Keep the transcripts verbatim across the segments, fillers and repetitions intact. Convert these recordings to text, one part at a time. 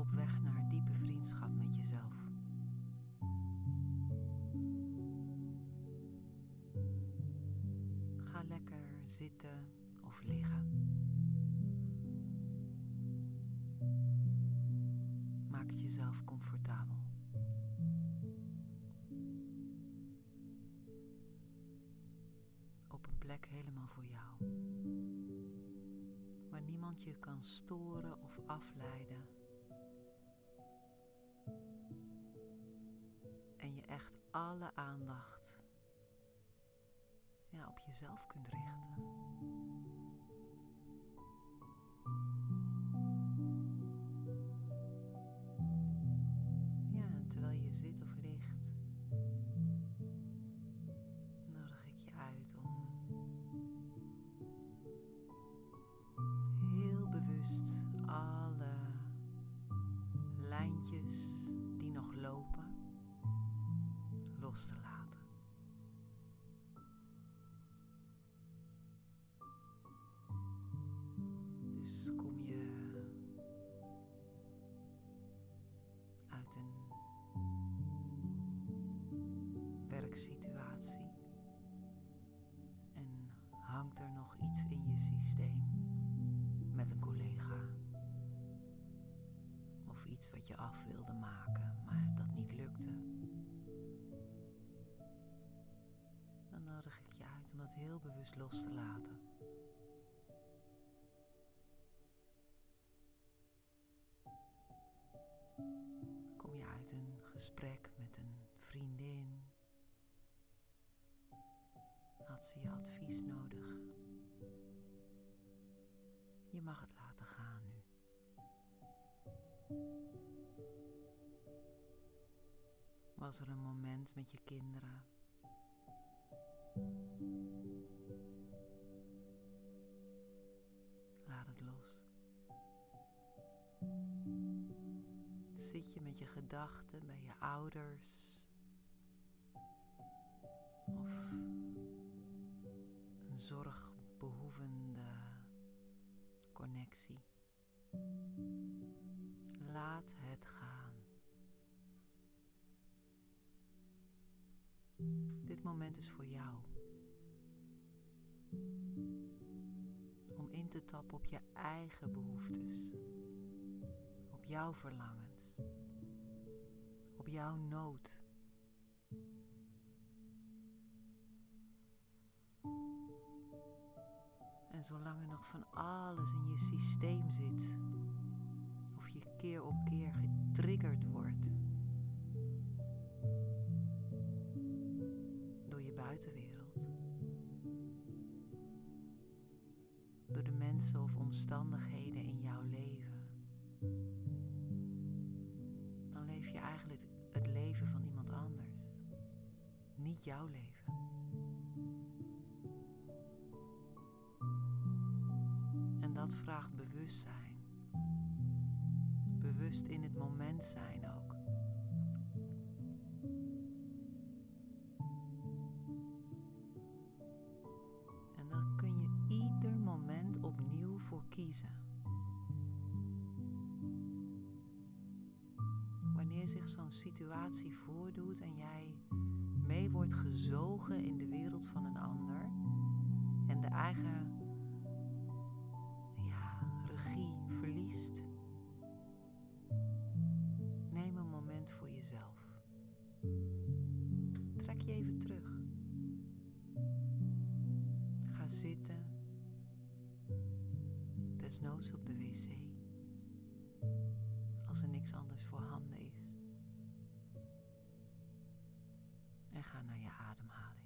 op weg naar diepe vriendschap met jezelf. Ga lekker zitten of liggen. Maak het jezelf comfortabel. Op een plek helemaal voor jou. Waar niemand je kan storen of afleiden. En je echt alle aandacht ja, op jezelf kunt richten. Ja, en terwijl je zit of ligt, nodig ik je uit om heel bewust alle lijntjes die nog lopen los te laten. Dus kom je uit een werksituatie en hangt er nog iets in je systeem met een collega of iets wat je af wilde maken, maar dat niet lukte, dan nodig ik je uit om dat heel bewust los te laten. Kom je uit een gesprek met een vriendin? Had ze je advies nodig? Je mag het laten gaan nu. Was er een moment met je kinderen? Laat het los. Zit je met je gedachten bij je ouders? Of een zorgbehoevende connectie? Laat het gaan. Dit moment is voor jou. Om in te tappen op je eigen behoeftes. Op jouw verlangens. Op jouw nood. En zolang er nog van alles in je systeem zit, of je keer op keer getriggerd wordt door je buitenwereld, door de mensen of omstandigheden in jouw leven, dan leef je eigenlijk het leven van iemand anders, niet jouw leven. En dat vraagt bewustzijn. Bewust in het moment zijn ook. En daar kun je ieder moment opnieuw voor kiezen. Wanneer zich zo'n situatie voordoet en jij mee wordt gezogen in de wereld van een ander en de eigen ja, regie verliest, neem een moment voor jezelf. Trek je even terug. Ga zitten, desnoods op de wc, als er niks anders voorhanden is. En ga naar je ademhaling.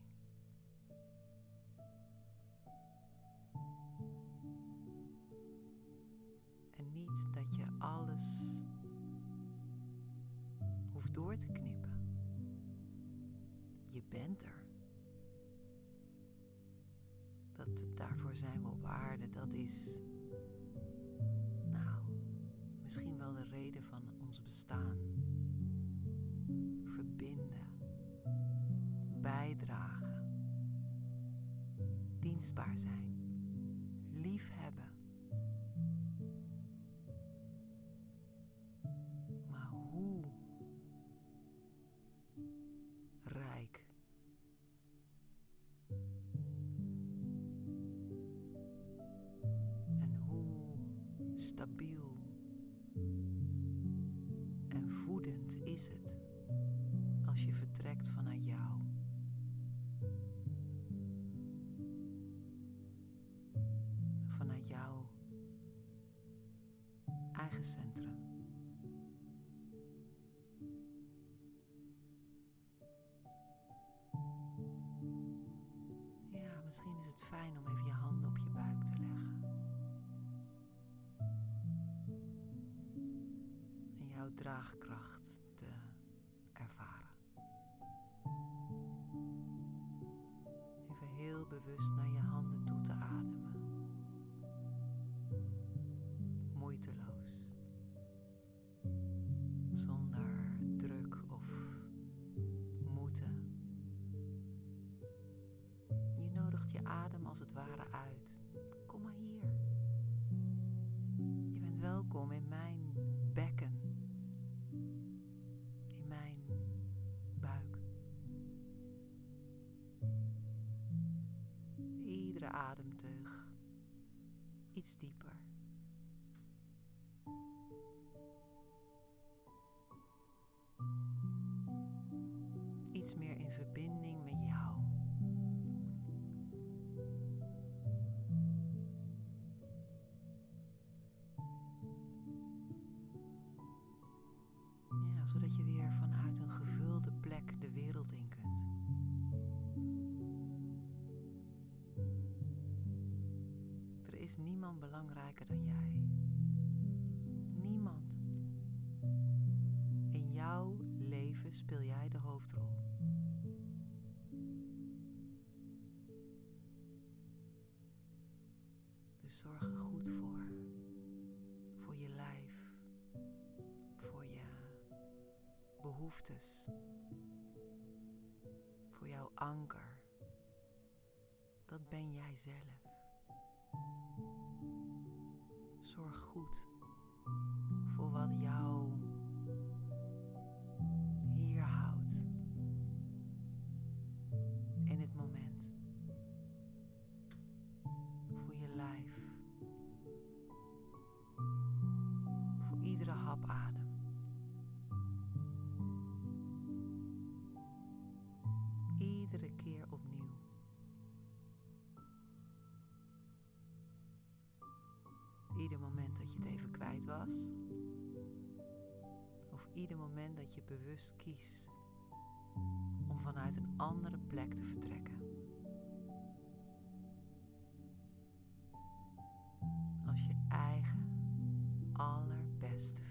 En niet dat je alles hoeft door te knippen. Je bent er. Dat, daarvoor zijn we op aarde. Dat is, nou, misschien wel de reden van ons bestaan. Verbinden. Bijdragen. Dienstbaar zijn. Liefhebben. stabiel en voedend is het als je vertrekt vanuit jou. Vanuit jouw eigen centrum. Ja, misschien is het fijn om even je handen op je buik te leggen. En jouw draagkracht te ervaren. Even heel bewust naar je handen toe te ademen. Moeiteloos. Zonder druk of moeten. Je nodigt je adem als het ware uit. Kom maar hier. Je bent welkom in mijn bekken. In mijn buik. Iedere ademteug iets dieper. Iets meer in verbinding met jou. Ja, zodat je weer vanuit een gevulde plek de wereld in kunt. Er is niemand belangrijker dan jij. Niemand. In jouw leven speel jij de hoofdrol. Dus zorg er goed voor. Voor je lijf. Voor je behoeftes. Voor jouw anker. Dat ben jij zelf. Zorg goed voor wat jou hier houdt. In het moment. Voor je lijf. Voor iedere hap adem. Iedere keer opnieuw. Ieder moment dat je het even kwijt was. Of ieder moment dat je bewust kiest om vanuit een andere plek te vertrekken. Als je eigen allerbeste